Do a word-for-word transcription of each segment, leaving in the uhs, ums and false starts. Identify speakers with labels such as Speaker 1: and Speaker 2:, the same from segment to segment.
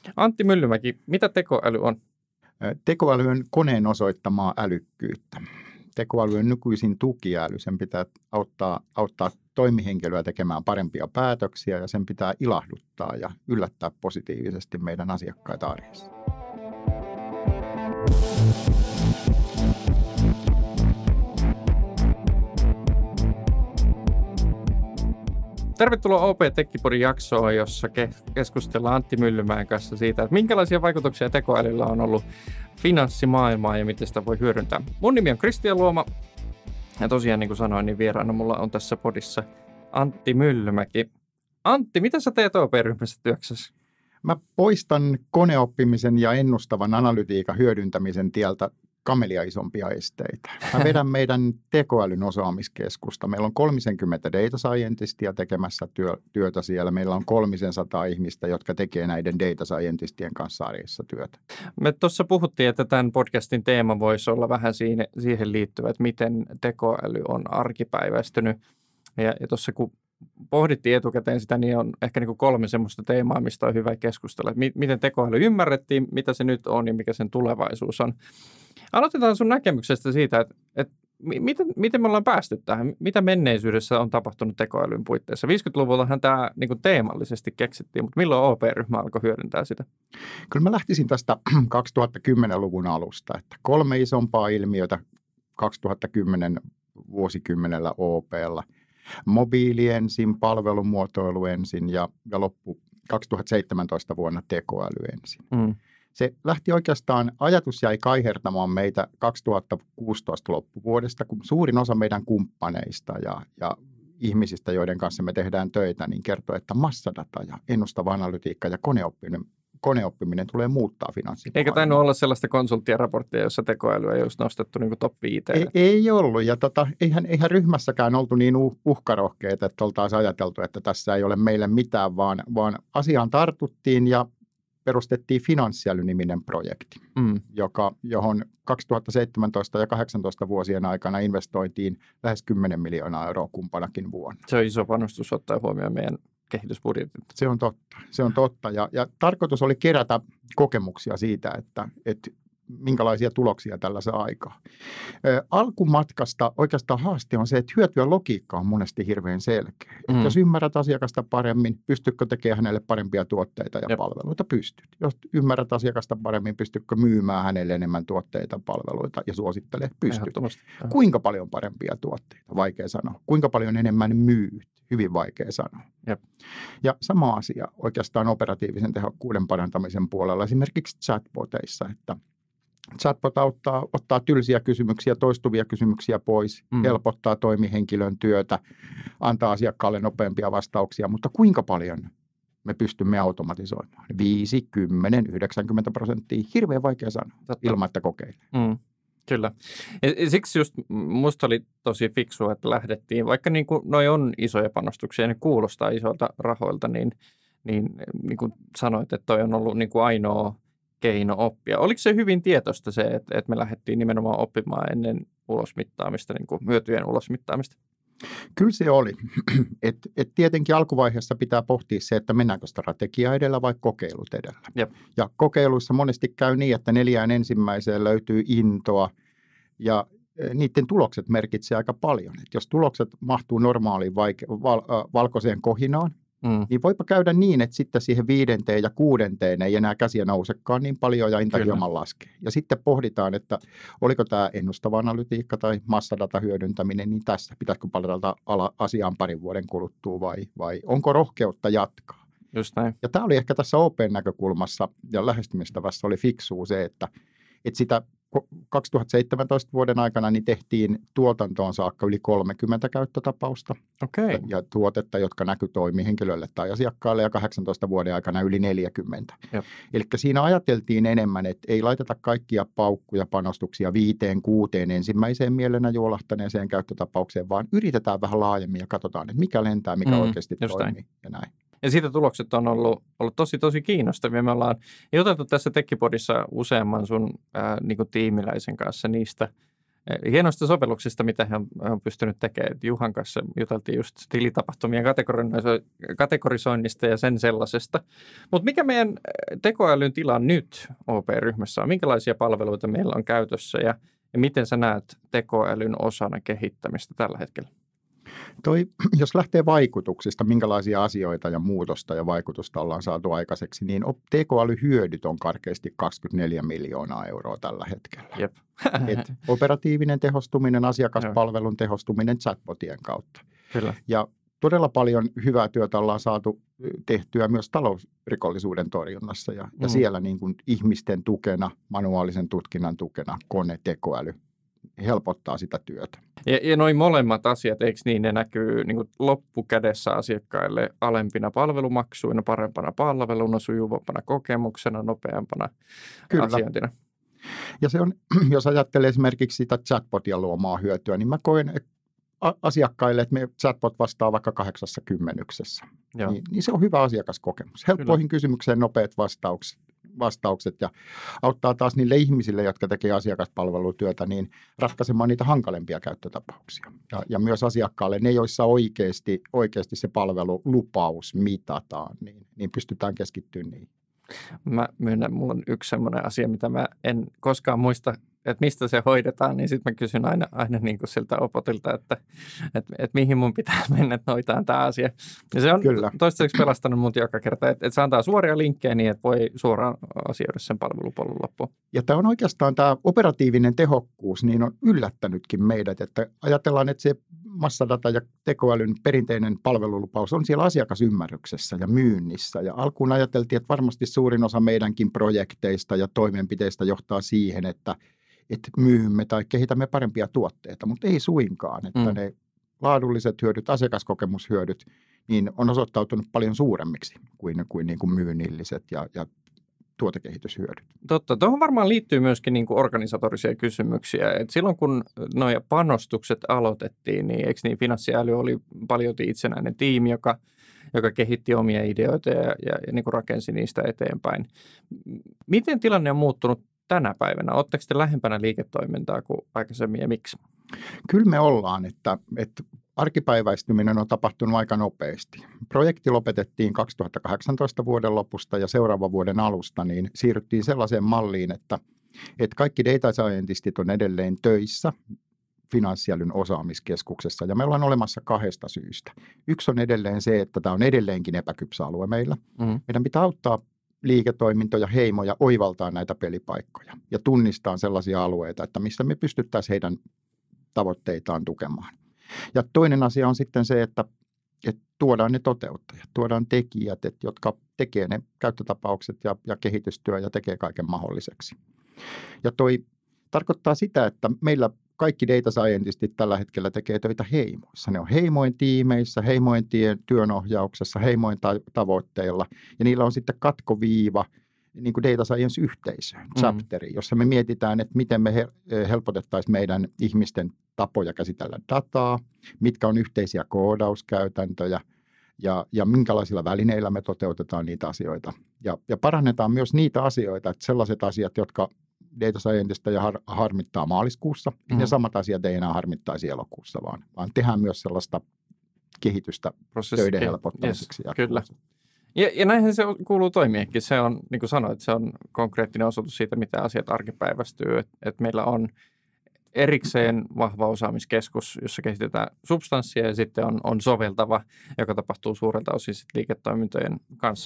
Speaker 1: Antti Myllymäki, mitä tekoäly on?
Speaker 2: Tekoäly on koneen osoittamaa älykkyyttä. Tekoäly on nykyisin tukiäly. Sen pitää auttaa, auttaa toimihenkilöä tekemään parempia päätöksiä ja sen pitää ilahduttaa ja yllättää positiivisesti meidän asiakkaita arjessa.
Speaker 1: Tervetuloa O P-Tekkipodin jaksoon, jossa keskustellaan Antti Myllymäen kanssa siitä, että minkälaisia vaikutuksia tekoälyllä on ollut finanssimaailmaan ja miten sitä voi hyödyntää. Mun nimi on Kristian Luoma ja tosiaan niin kuin sanoin, niin vieraana mulla on tässä podissa Antti Myllymäki. Antti, mitä sä teet O P-ryhmässä työksessä?
Speaker 2: Mä poistan koneoppimisen ja ennustavan analytiikan hyödyntämisen tieltä kamelia isompia esteitä. Mä vedän meidän tekoälyn osaamiskeskusta. Meillä on kolmekymmentä data scientistia tekemässä työ, työtä siellä. Meillä on kolmesataa ihmistä, jotka tekee näiden data scientistien kanssa arjessa työtä.
Speaker 1: Me tuossa puhuttiin, että tämän podcastin teema voisi olla vähän siihen, siihen liittyvä, että miten tekoäly on arkipäiväistynyt. Ja, ja tuossa kun pohdittiin etukäteen sitä, niin on ehkä niin kuin kolme semmoista teemaa, mistä on hyvä keskustella. Miten tekoäly ymmärrettiin, mitä se nyt on ja mikä sen tulevaisuus on. Aloitetaan sun näkemyksestä siitä, että, että miten, miten me ollaan päästy tähän, mitä menneisyydessä on tapahtunut tekoälyn puitteissa. viisikymmentäluvullahan tämä niin kuin teemallisesti keksittiin, mutta milloin O P-ryhmä alkoi hyödyntää sitä?
Speaker 2: Kyllä mä lähtisin tästä kaksituhattakymmenluvun alusta, että kolme isompaa ilmiötä kaksituhattakymmenen vuosikymmenellä O P:llä. Mobiili ensin, palvelumuotoilu ensin ja, ja loppu kaksituhattaseitsemäntoista vuonna tekoäly ensin. Mm. Se lähti oikeastaan, ajatus jäi kaihertamaan meitä kaksituhattakuusitoista loppuvuodesta, kun suurin osa meidän kumppaneista ja, ja ihmisistä, joiden kanssa me tehdään töitä, niin kertoo, että massadata ja ennustava analytiikka ja koneoppiminen, koneoppiminen tulee muuttaa finanssipuolella.
Speaker 1: Eikä tainnut olla sellaista konsulttien raporttia, jossa tekoälyä ei olisi nostettu niin kuin top viiteen?
Speaker 2: Ei, ei ollut, ja tota, eihän, eihän ryhmässäkään oltu niin uhkarohkeita, että oltaisiin ajateltu, että tässä ei ole meille mitään, vaan, vaan asiaan tartuttiin ja perustettiin Finanssiäly-niminen projekti, mm. joka, johon kaksituhattaseitsemäntoista ja kahdeksantoista vuosien aikana investoitiin lähes kymmenen miljoonaa euroa kumpanakin vuonna.
Speaker 1: Se on iso panostus ottaa huomioon meidän kehitysbudjetit.
Speaker 2: Se on totta, se on totta. Ja, ja tarkoitus oli kerätä kokemuksia siitä, että, että minkälaisia tuloksia tällä saa aikaa. Ä, alkumatkasta oikeastaan haaste on se, että hyötyä logiikka on monesti hirveän selkeä. Mm. Jos ymmärrät asiakasta paremmin, pystytkö tekemään hänelle parempia tuotteita ja Jep. palveluita? Pystyt. Jos ymmärrät asiakasta paremmin, pystytkö myymään hänelle enemmän tuotteita ja palveluita ja suosittelee? Pystyt. Kuinka paljon parempia tuotteita? Vaikea sanoa. Kuinka paljon enemmän myyt? Hyvin vaikea sanoa. Jep. Ja sama asia oikeastaan operatiivisen tehokkuuden parantamisen puolella esimerkiksi chatboteissa, että chatbot auttaa, ottaa tylsiä kysymyksiä, toistuvia kysymyksiä pois, mm. helpottaa toimihenkilön työtä, antaa asiakkaalle nopeampia vastauksia, mutta kuinka paljon me pystymme automatisoimaan? viisi, kymmenen, yhdeksänkymmentä prosenttia, hirveän vaikea sanoa Totta. ilman, että kokeilee. Mm.
Speaker 1: Kyllä. Ja siksi just musta oli tosi fiksua, että lähdettiin, vaikka niin kuin noi on isoja panostuksia ja ne kuulostaa isoilta rahoilta, niin, niin, niin kuin sanoit, että toi on ollut niin kuin ainoa keino oppia. Oliko se hyvin tietoista se, että, että me lähdettiin nimenomaan oppimaan ennen ulosmittaamista, niin kuin hyötyjen ulosmittaamista?
Speaker 2: Kyllä se oli. Et, et tietenkin alkuvaiheessa pitää pohtia se, että mennäänkö strategia edellä vai kokeilut edellä. Jep. Ja kokeiluissa monesti käy niin, että neljään ensimmäiseen löytyy intoa ja niiden tulokset merkitsee aika paljon. Et jos tulokset mahtuu normaaliin vaike- val- valkoiseen kohinaan, Mm. niin voipa käydä niin, että sitten siihen viidenteen ja kuudenteen ei enää käsiä nousekaan niin paljon ja inta hieman laskee. Ja sitten pohditaan, että oliko tämä ennustava analytiikka tai massadata hyödyntäminen, niin tässä pitäisikö palata asiaan parin vuoden kuluttua vai, vai onko rohkeutta jatkaa.
Speaker 1: Just näin.
Speaker 2: Ja tämä oli ehkä tässä O P-näkökulmassa ja lähestymistavassa oli fiksua se, että, että sitä kaksituhattaseitsemäntoista vuoden aikana niin tehtiin tuotantoon saakka yli kolmekymmentä käyttötapausta
Speaker 1: okay.
Speaker 2: ja tuotetta, jotka näkyi toimihenkilölle tai asiakkaalle ja kahdeksantoista vuoden aikana yli neljäkymmentä. Eli siinä ajateltiin enemmän, että ei laiteta kaikkia paukkuja panostuksia viiteen, kuuteen ensimmäiseen mielenä juolahtaneeseen käyttötapaukseen, vaan yritetään vähän laajemmin ja katsotaan, että mikä lentää, mikä mm, oikeasti toimii näin. ja näin.
Speaker 1: Ja siitä tulokset on ollut, ollut tosi, tosi kiinnostavia. Me ollaan juteltu tässä Tekkipodissa useamman sun ää, niin kuin tiimiläisen kanssa niistä, hienoista sovelluksista, mitä he on, he on pystynyt tekemään. Juhan kanssa juteltiin just tilitapahtumien kategorisoinnista ja sen sellaisesta. Mutta mikä meidän tekoälyn tila nyt O P-ryhmässä on? Minkälaisia palveluita meillä on käytössä ja, ja miten sä näet tekoälyn osana kehittämistä tällä hetkellä?
Speaker 2: Toi, jos lähtee vaikutuksista, minkälaisia asioita ja muutosta ja vaikutusta ollaan saatu aikaiseksi, niin tekoälyhyödyt on karkeasti kaksikymmentäneljä miljoonaa euroa tällä hetkellä.
Speaker 1: Jep.
Speaker 2: Et operatiivinen tehostuminen, asiakaspalvelun tehostuminen chatbotien kautta.
Speaker 1: Kyllä.
Speaker 2: Ja todella paljon hyvää työtä ollaan saatu tehtyä myös talousrikollisuuden torjunnassa ja, mm. ja siellä niin kuin ihmisten tukena, manuaalisen tutkinnan tukena, kone, tekoäly helpottaa sitä työtä.
Speaker 1: Ja, ja noin molemmat asiat, eikö niin, ne näkyy niin kuin loppukädessä asiakkaille alempina palvelumaksuina, parempana palveluna, sujuvampana kokemuksena, nopeampana Kyllä. asiointina.
Speaker 2: Ja se on, jos ajattelee esimerkiksi sitä chatbotia luomaa hyötyä, niin mä koen että asiakkaille, että me chatbot vastaa vaikka kahdeksassa kymmenyksessä. Niin, niin se on hyvä asiakaskokemus. Helppoihin Kyllä. kysymykseen nopeat vastaukset. vastaukset ja auttaa taas niille ihmisille, jotka tekee asiakaspalvelutyötä, niin ratkaisemaan niitä hankalempia käyttötapauksia. Ja, ja myös asiakkaalle, ne joissa oikeasti, oikeasti se palvelulupaus mitataan, niin, niin pystytään keskittymään niihin.
Speaker 1: Mä myönnän, mulla on yksi sellainen asia, mitä mä en koskaan muista, että mistä se hoidetaan, niin sitten mä kysyn aina, aina niin kuin siltä opotilta, että, että, että mihin mun pitää mennä, että noitaan tämä asia. Ja se on Kyllä. toistaiseksi pelastanut mut joka kerta, että, että se antaa suoria linkkejä niin, että voi suoraan asioida sen palvelupolun loppuun. Ja
Speaker 2: tämä on oikeastaan tämä operatiivinen tehokkuus, niin on yllättänytkin meidät, että ajatellaan, että se massadata ja tekoälyn perinteinen palvelulupaus on siellä asiakasymmärryksessä ja myynnissä. Ja alkuun ajateltiin, että varmasti suurin osa meidänkin projekteista ja toimenpiteistä johtaa siihen, että että myymme tai kehitämme parempia tuotteita, mutta ei suinkaan, että mm. ne laadulliset hyödyt, asiakaskokemushyödyt, niin on osoittautunut paljon suuremmiksi kuin, kuin, niin kuin myynnilliset ja, ja tuotekehityshyödyt.
Speaker 1: Totta. Tuohon varmaan liittyy myöskin niin kuin organisatorisia kysymyksiä. Et silloin kun nuo panostukset aloitettiin, niin eikö niin finanssiäly oli paljon itsenäinen tiimi, joka, joka kehitti omia ideoita ja, ja, ja niin kuin rakensi niistä eteenpäin. Miten tilanne on muuttunut tänä päivänä? Oletteko te lähempänä liiketoimintaa kuin aikaisemmin ja miksi?
Speaker 2: Kyllä me ollaan, että, että arkipäiväistyminen on tapahtunut aika nopeasti. Projekti lopetettiin kaksituhattakahdeksantoista vuoden lopusta ja seuraavan vuoden alusta niin siirryttiin sellaiseen malliin, että, että kaikki data scientistit on edelleen töissä finanssiälyn osaamiskeskuksessa ja me ollaan olemassa kahdesta syystä. Yksi on edelleen se, että tämä on edelleenkin epäkypsä alue meillä. Mm-hmm. Meidän pitää auttaa liiketoimintoja, heimoja oivaltaa näitä pelipaikkoja ja tunnistaa sellaisia alueita, että missä me pystyttäisiin heidän tavoitteitaan tukemaan. Ja toinen asia on sitten se, että, että tuodaan ne toteuttajat, tuodaan tekijät, että, jotka tekee ne käyttötapaukset ja, ja kehitystyö ja tekee kaiken mahdolliseksi. Ja toi tarkoittaa sitä, että meillä kaikki data scientistit tällä hetkellä tekee töitä heimoissa. Ne on heimojen tiimeissä, heimojen työnohjauksessa, heimojen ta- tavoitteilla ja niillä on sitten katkoviiva niin kuin data science-yhteisöön, chapteri, mm. jossa me mietitään, että miten me he- helpotettaisiin meidän ihmisten tapoja käsitellä dataa, mitkä on yhteisiä koodauskäytäntöjä ja, ja minkälaisilla välineillä me toteutetaan niitä asioita. Ja, ja parannetaan myös niitä asioita, että sellaiset asiat, jotka data scientista ja har, harmittaa maaliskuussa, mm. ne samat asiat ei enää harmittaisi elokuussa, vaan, vaan tehdään myös sellaista kehitystä töiden helpottamiseksi.
Speaker 1: Yes, kyllä. Ja, ja näinhän se kuuluu toimiakin. Se on, niin kuin sanoit, se on konkreettinen osoitus siitä, mitä asiat arkipäivästyy. Että et meillä on erikseen vahva osaamiskeskus, jossa kehitetään substanssia ja sitten on, on soveltava, joka tapahtuu suurelta osin sit liiketoimintojen kanssa.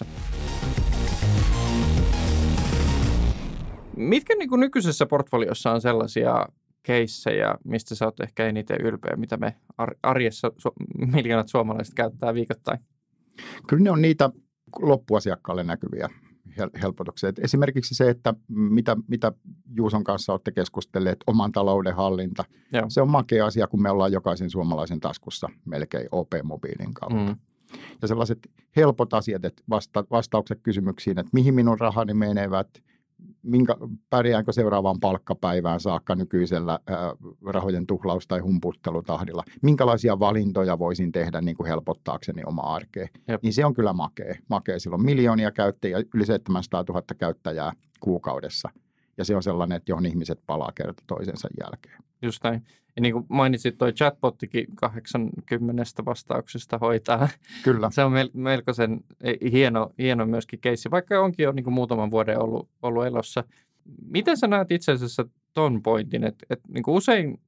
Speaker 1: Mitkä niin kuin nykyisessä portfoliossa on sellaisia keissejä, mistä sä oot ehkä eniten ylpeä, mitä me arjessa su- miljoonat suomalaiset käyttää viikoittain?
Speaker 2: Kyllä ne on niitä loppuasiakkaalle näkyviä helpotuksia. Et esimerkiksi se, että mitä, mitä Juuson kanssa olette keskustelleet, oman talouden hallinta. Joo. Se on makea asia, kun me ollaan jokaisen suomalaisen taskussa melkein O P-mobiilin kautta. Mm. Ja sellaiset helpot asiat, että vasta, vastaukset kysymyksiin, että mihin minun rahani menevät, minkä, pärjäänkö seuraavaan palkkapäivään saakka nykyisellä ää, rahojen tuhlaus- tai humputtelutahdilla, minkälaisia valintoja voisin tehdä niin kuin helpottaakseni omaa arkea, Jep. niin se on kyllä makea. makea. Sillä on miljoonia käyttäjiä, yli seitsemänsataatuhatta käyttäjää kuukaudessa. ja se on sellainen, että johon ihmiset palaa kerta toisensa jälkeen.
Speaker 1: Just näin. Ja niin kuin mainitsit, toi chatbottikin kahdeksankymmentä vastauksesta hoitaa.
Speaker 2: Kyllä.
Speaker 1: Se on melkoisen hieno, hieno myöskin keissi, vaikka onkin jo niin kuin muutaman vuoden ollut, ollut elossa. Miten sä näet itse asiassa ton pointin, että, että niin kuin usein,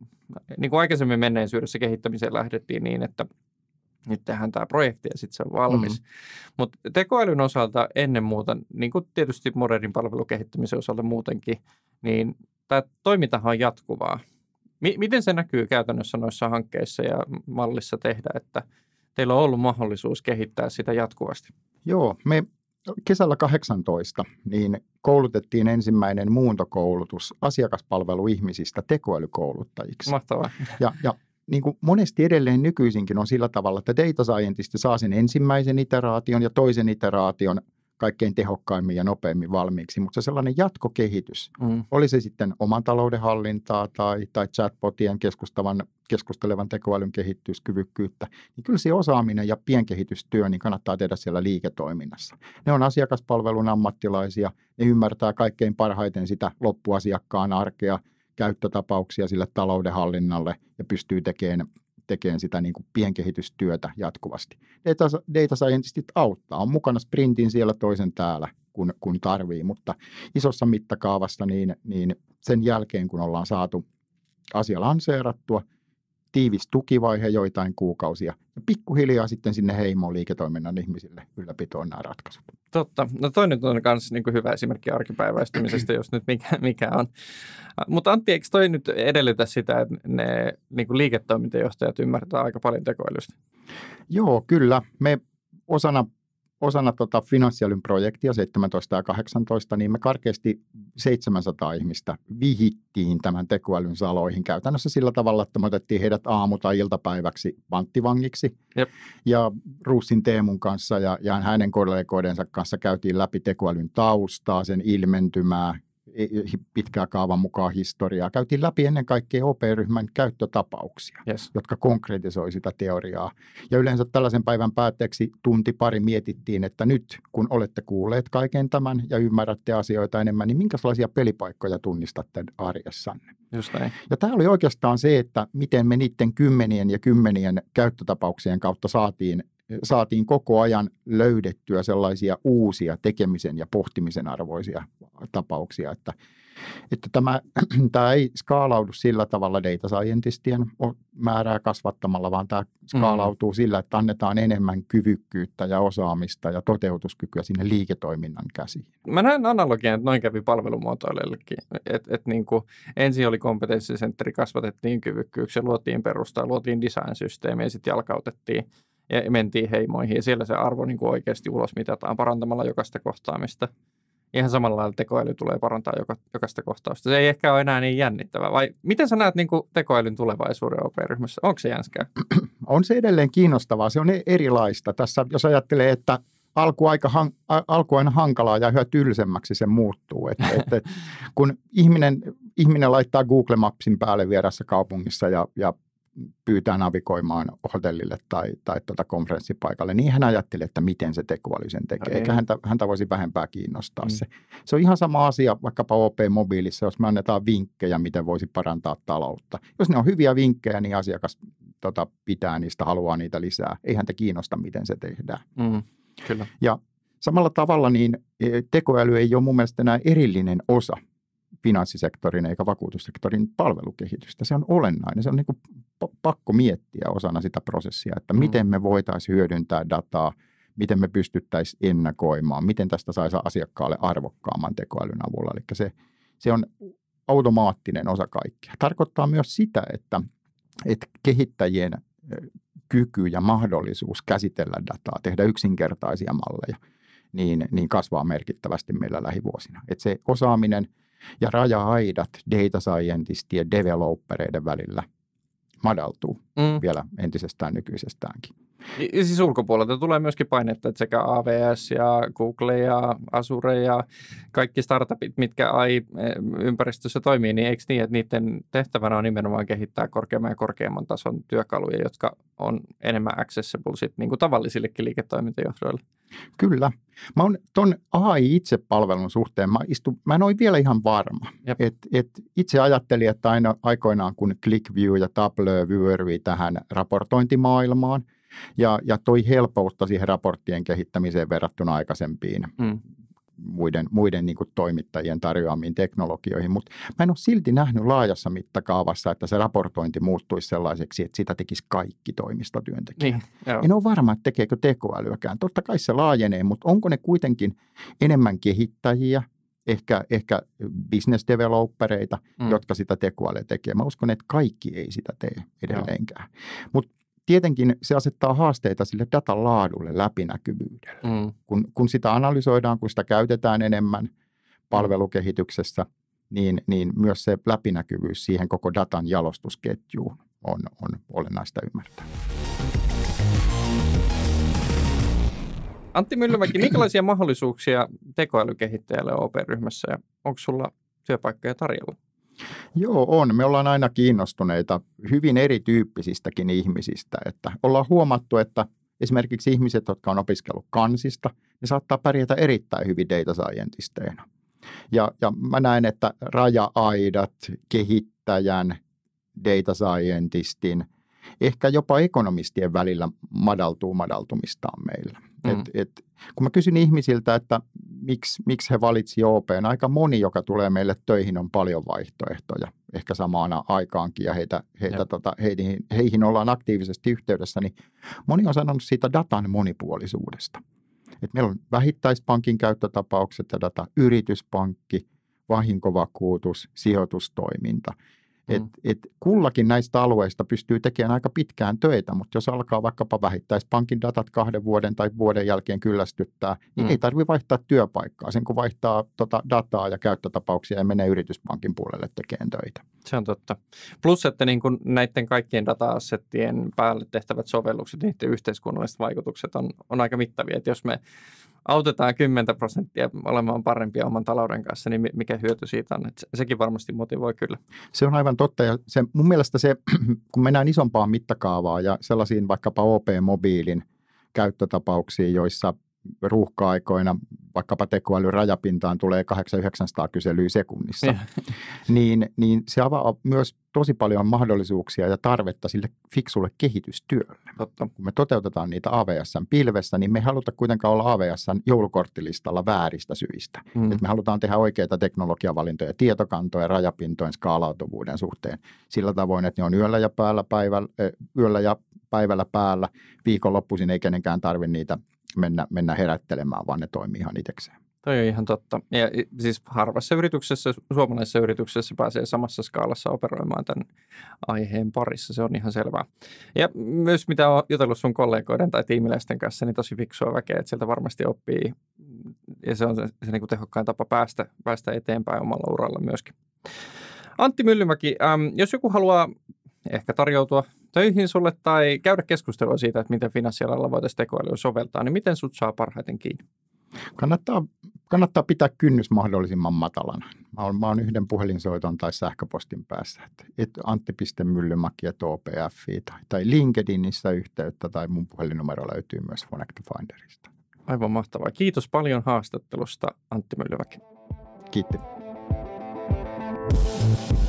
Speaker 1: niin kuin aikaisemmin menneisyydessä kehittämiseen lähdettiin niin, että nyt tehdään tämä projekti ja sitten se on valmis. Mm. Mutta tekoälyn osalta ennen muuta, niin kuin tietysti modernin palvelukehittämisen osalta muutenkin, niin tämä toimintahan on jatkuvaa. M- miten se näkyy käytännössä noissa hankkeissa ja mallissa tehdä, että teillä on ollut mahdollisuus kehittää sitä jatkuvasti?
Speaker 2: Joo, me kesällä kahdeksantoista niin koulutettiin ensimmäinen muuntokoulutus asiakaspalveluihmisistä tekoälykouluttajiksi.
Speaker 1: Mahtavaa.
Speaker 2: Ja, ja niin kuin monesti edelleen nykyisinkin on sillä tavalla, että data scientist saa sen ensimmäisen iteraation ja toisen iteraation kaikkein tehokkaimmin ja nopeimmin valmiiksi, mutta se sellainen jatkokehitys, mm. oli se sitten oman talouden hallintaa tai, tai chatbotien keskustavan, keskustelevan tekoälyn kehityskyvykkyyttä, niin kyllä se osaaminen ja pienkehitystyö niin kannattaa tehdä siellä liiketoiminnassa. Ne on asiakaspalvelun ammattilaisia, ne ymmärtää kaikkein parhaiten sitä loppuasiakkaan arkea, käyttötapauksia sille taloudenhallinnalle ja pystyy tekemään, tekemään sitä niin kuin pienkehitystyötä jatkuvasti. Data, data scientistit auttaa, on mukana sprintin siellä toisen täällä, kun, kun tarvii, mutta isossa mittakaavassa niin, niin sen jälkeen, kun ollaan saatu asia lanseerattua, tiivis tukivaihe joitain kuukausia ja pikkuhiljaa sitten sinne heimoon liiketoiminnan ihmisille ylläpitoon nämä ratkaisut.
Speaker 1: Totta. No toi nyt on myös niin kuin hyvä esimerkki arkipäiväistymisestä, jos nyt mikä, mikä on. Mutta Antti, eikö toi nyt edellytä sitä, että ne niin kuin liiketoimintajohtajat ymmärtää aika paljon tekoälystä?
Speaker 2: Joo, kyllä. Me osana Osana tota finanssialyn projektia seitsemäntoista ja kahdeksantoista, niin me karkeasti seitsemänsataa ihmistä vihittiin tämän tekoälyn saloihin käytännössä sillä tavalla, että me otettiin heidät aamu- tai iltapäiväksi panttivangiksi. Jep. Ja Ruussin Teemun kanssa ja, ja hänen kollegoidensa kanssa käytiin läpi tekoälyn taustaa, sen ilmentymää, pitkää kaavan mukaan historiaa. Käytiin läpi ennen kaikkea O P-ryhmän käyttötapauksia, yes. jotka konkretisoi sitä teoriaa. Ja yleensä tällaisen päivän päätteeksi tunti pari mietittiin, että nyt kun olette kuulleet kaiken tämän ja ymmärrätte asioita enemmän, niin minkälaisia pelipaikkoja tunnistatte arjessanne.
Speaker 1: Just näin.
Speaker 2: Ja tämä oli oikeastaan se, että miten me niiden kymmenien ja kymmenien käyttötapauksien kautta saatiin saatiin koko ajan löydettyä sellaisia uusia tekemisen ja pohtimisen arvoisia tapauksia, että, että tämä, tämä ei skaalaudu sillä tavalla data scientistien määrää kasvattamalla, vaan tämä skaalautuu mm. sillä, että annetaan enemmän kyvykkyyttä ja osaamista ja toteutuskykyä sinne liiketoiminnan käsiin.
Speaker 1: Mä näen analogian, että noin kävi palvelumuotoilijoillekin, että et niin kuin ensin oli kompetenssisentteri, kasvatettiin kyvykkyyksiä, luotiin perustaa, luotiin design-systeemiä ja sitten jalkautettiin ja mentiin heimoihin ja siellä se arvo niin kuin oikeasti ulos mitataan parantamalla jokaista kohtaamista. Ihan samalla lailla tekoäly tulee parantaa joka, jokaista kohtausta. Se ei ehkä ole enää niin jännittävää. Vai miten sä näet niin kuin tekoälyn tulevaisuuden O P-ryhmässä? Onko se jänskää?
Speaker 2: On se edelleen kiinnostavaa. Se on erilaista. Tässä jos ajattelee, että alku, aika han, alku aina hankalaa ja yhä tylsemmäksi se muuttuu. Et, et, et, kun ihminen, ihminen laittaa Google Mapsin päälle vieressä kaupungissa ja, ja pyytää navigoimaan hotellille tai, tai tuota konferenssipaikalle, niin hän ajattelee, että miten se tekoäly sen tekee. Eikä häntä, häntä voisi vähempää kiinnostaa mm. se. Se on ihan sama asia vaikkapa O P-mobiilissa, jos me annetaan vinkkejä, miten voisi parantaa taloutta. Jos ne on hyviä vinkkejä, niin asiakas tota, pitää niistä, haluaa niitä lisää. Ei häntä kiinnosta, miten se tehdään.
Speaker 1: Mm. Kyllä.
Speaker 2: Ja samalla tavalla niin tekoäly ei ole mun mielestä enää erillinen osa finanssisektorin eikä vakuutussektorin palvelukehitystä. Se on olennainen. Se on niin kuin pakko miettiä osana sitä prosessia, että mm. miten me voitaisiin hyödyntää dataa, miten me pystyttäisiin ennakoimaan, miten tästä saisi asiakkaalle arvokkaamman tekoälyn avulla. Eli se, se on automaattinen osa kaikkea. Tarkoittaa myös sitä, että, että kehittäjien kyky ja mahdollisuus käsitellä dataa, tehdä yksinkertaisia malleja, niin, niin kasvaa merkittävästi meillä lähivuosina. Että se osaaminen ja raja-aidat data scientistien ja developereiden välillä madaltuu mm. vielä entisestään nykyisestäänkin.
Speaker 1: Ja siis ulkopuolelta tulee myöskin painetta, että sekä A V S ja Google ja Azure ja kaikki startupit, mitkä A I-ympäristössä toimii, niin eikö niin, että niiden tehtävänä on nimenomaan kehittää korkeamman ja korkeamman tason työkaluja, jotka on enemmän accessible sit niin kuin tavallisillekin liiketoimintajohdoille?
Speaker 2: Kyllä. Mä oon ton A I-itsepalvelun suhteen, mä, istun, mä en ole vielä ihan varma. Et, et itse ajattelin, että aina aikoinaan kun ClickView ja Tableau vyöryi tähän raportointimaailmaan, Ja, ja toi helpoutta siihen raporttien kehittämiseen verrattuna aikaisempiin mm. muiden, muiden niin kuin toimittajien tarjoamiin teknologioihin. Mutta mä en ole silti nähnyt laajassa mittakaavassa, että se raportointi muuttuisi sellaiseksi, että sitä tekisi kaikki toimistotyöntekijät. Niin, en ole varma, että tekeekö tekoälyäkään. Totta kai se laajenee, mutta onko ne kuitenkin enemmän kehittäjiä, ehkä, ehkä business developereita, mm. jotka sitä tekoälyä tekee. Mä uskon, että kaikki ei sitä tee edelleenkään. Mutta tietenkin se asettaa haasteita sille datan laadulle, läpinäkyvyydelle. Mm. Kun, kun sitä analysoidaan, kun sitä käytetään enemmän palvelukehityksessä, niin, niin myös se läpinäkyvyys siihen koko datan jalostusketjuun on, on olennaista ymmärtää.
Speaker 1: Antti Myllymäki, minkälaisia mahdollisuuksia tekoälykehittäjälle on O P-ryhmässä ja onko sulla työpaikkoja tarjolla?
Speaker 2: Joo, on. Me ollaan aina kiinnostuneita hyvin erityyppisistäkin ihmisistä. Että ollaan huomattu, että esimerkiksi ihmiset, jotka on opiskellut kansista, ne saattaa pärjätä erittäin hyvin data scientisteina. Ja, ja mä näen, että raja-aidat, kehittäjän, data scientistin, ehkä jopa ekonomistien välillä madaltuu madaltumistaan meillä. Mm. Et, et, kun mä kysyn ihmisiltä, että miksi, miksi he valitsi O P:n, aika moni, joka tulee meille töihin, on paljon vaihtoehtoja, ehkä samana aikaankin, ja heitä, heitä, tota, heihin, heihin ollaan aktiivisesti yhteydessä, niin moni on sanonut siitä datan monipuolisuudesta. Et meillä on vähittäispankin käyttötapaukset ja data, yrityspankki, vahinkovakuutus, sijoitustoiminta. Et, et kullakin näistä alueista pystyy tekemään aika pitkään töitä, mutta jos alkaa vaikkapa vähittäispankin datat kahden vuoden tai vuoden jälkeen kyllästyttää, niin mm. ei tarvitse vaihtaa työpaikkaa sen, kun vaihtaa tota dataa ja käyttötapauksia ja menee yrityspankin puolelle tekemään töitä.
Speaker 1: Se on totta. Plus, että niin kuin näiden kaikkien data-assettien päälle tehtävät sovellukset, niiden yhteiskunnalliset vaikutukset on, on aika mittavia. Että jos me autetaan kymmenen prosenttia olemaan parempia oman talouden kanssa, niin mikä hyöty siitä on? Että sekin varmasti motivoi kyllä.
Speaker 2: Se on aivan totta. Ja se, mun mielestä se, kun mennään isompaan mittakaavaan ja sellaisiin vaikkapa O P-mobiilin käyttötapauksiin, joissa ruuhka-aikoina vaikkapa tekoälyn rajapintaan tulee kahdeksan yhdeksänsataa kyselyä sekunnissa, niin, niin se avaa myös tosi paljon mahdollisuuksia ja tarvetta sille fiksulle kehitystyölle.
Speaker 1: Totta.
Speaker 2: Kun me toteutetaan niitä A V S:n pilvessä, niin me ei haluta kuitenkaan olla A V S:n joulukorttilistalla vääristä syistä. Mm. Et me halutaan tehdä oikeita teknologiavalintoja, tietokantoja, rajapintojen skaalautuvuuden suhteen sillä tavoin, että ne on yöllä ja, päällä päivällä, yöllä ja päivällä päällä. Viikonloppuisin ei kenenkään tarvitse niitä Mennä, mennä herättelemään, vaan ne toimii ihan itsekseen.
Speaker 1: Toi on ihan totta. Ja siis harvassa yrityksessä, suomalaisessa yrityksessä pääsee samassa skaalassa operoimaan tämän aiheen parissa. Se on ihan selvää. Ja myös mitä olen jutellut sun kollegoiden tai tiimiläisten kanssa, niin tosi fiksua väkeä, että sieltä varmasti oppii. Ja se on se, se niin kuin tehokkain tapa päästä, päästä eteenpäin omalla uralla myöskin. Antti Myllymäki, ähm, jos joku haluaa ehkä tarjoutua töihin sulle tai käydä keskustelua siitä, että miten finanssialalla voitaisiin tekoälyä soveltaa, niin miten sut saa parhaiten kiinni?
Speaker 2: Kannattaa, kannattaa pitää kynnys mahdollisimman matalana. Mä oon, mä oon yhden puhelinsoiton tai sähköpostin päässä, että et antti piste myllymäki ät o p f tai, tai LinkedInissä yhteyttä tai mun puhelinnumero löytyy myös Phonecta Finderista.
Speaker 1: Aivan mahtavaa. Kiitos paljon haastattelusta, Antti Myllymäki.
Speaker 2: Kiitti.